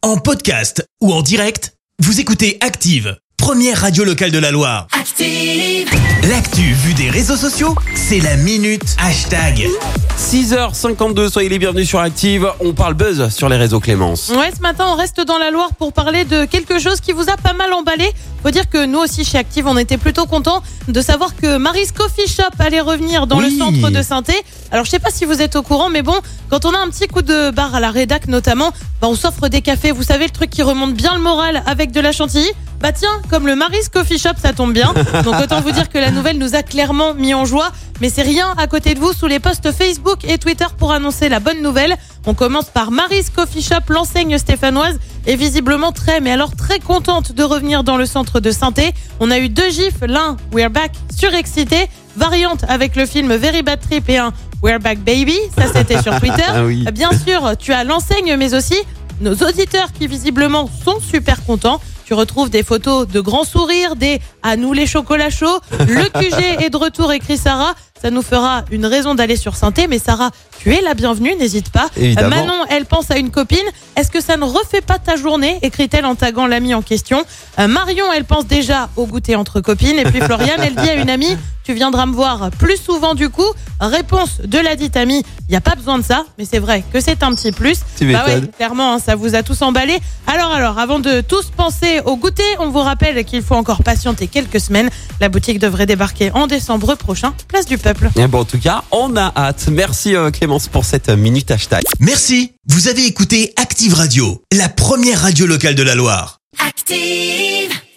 En podcast ou en direct, vous écoutez Active, première radio locale de la Loire. Active! L'actu vue des réseaux sociaux, c'est la minute hashtag. 6h52, soyez les bienvenus sur Active. On parle buzz sur les réseaux, Clémence. Ouais, ce matin, on reste dans la Loire pour parler de quelque chose qui vous a pas mal emballé. Faut dire que nous aussi, chez Active, on était plutôt contents de savoir que Mary's Coffee Shop allait revenir dans le centre de Saint-Thé. Alors, je sais pas si vous êtes au courant, mais bon, quand on a un petit coup de barre à la rédac notamment, on s'offre des cafés. Vous savez, le truc qui remonte bien le moral avec de la chantilly. Bah tiens, comme le Mary's Coffee Shop, ça tombe bien. Donc autant vous dire que la nouvelle nous a clairement mis en joie. Mais c'est rien à côté de vous sous les posts Facebook et Twitter pour annoncer la bonne nouvelle. On commence par Mary's Coffee Shop, l'enseigne stéphanoise est visiblement très contente de revenir dans le centre de Saint-Thé. On a eu 2 gifs, l'un We're Back surexcité, variante avec le film Very Bad Trip et un We're Back Baby, ça c'était sur Twitter. Ah oui. Bien sûr, tu as l'enseigne mais aussi nos auditeurs qui visiblement sont super contents. Tu retrouves des photos de grands sourires, des « à nous les chocolats chauds ». Le QG est de retour, écrit Sarah. Ça nous fera une raison d'aller sur Saint-Thé. Mais Sarah, tu es la bienvenue, n'hésite pas. Évidemment. Manon, elle pense à une copine. Est-ce que ça ne refait pas ta journée, écrit-elle en taguant l'amie en question. Marion, elle pense déjà au goûter entre copines. Et puis Floriane, elle dit à une amie « Tu viendras me voir plus souvent du coup ». Réponse de la dite amie, il n'y a pas besoin de ça, mais c'est vrai que c'est un petit plus. Ouais, clairement, ça vous a tous emballé. Alors, avant de tous penser au goûter, on vous rappelle qu'il faut encore patienter quelques semaines. La boutique devrait débarquer en décembre prochain, place du Peuple. Et bon, en tout cas, on a hâte. Merci Clémence pour cette minute hashtag. Merci, vous avez écouté Active Radio, la première radio locale de la Loire. Active!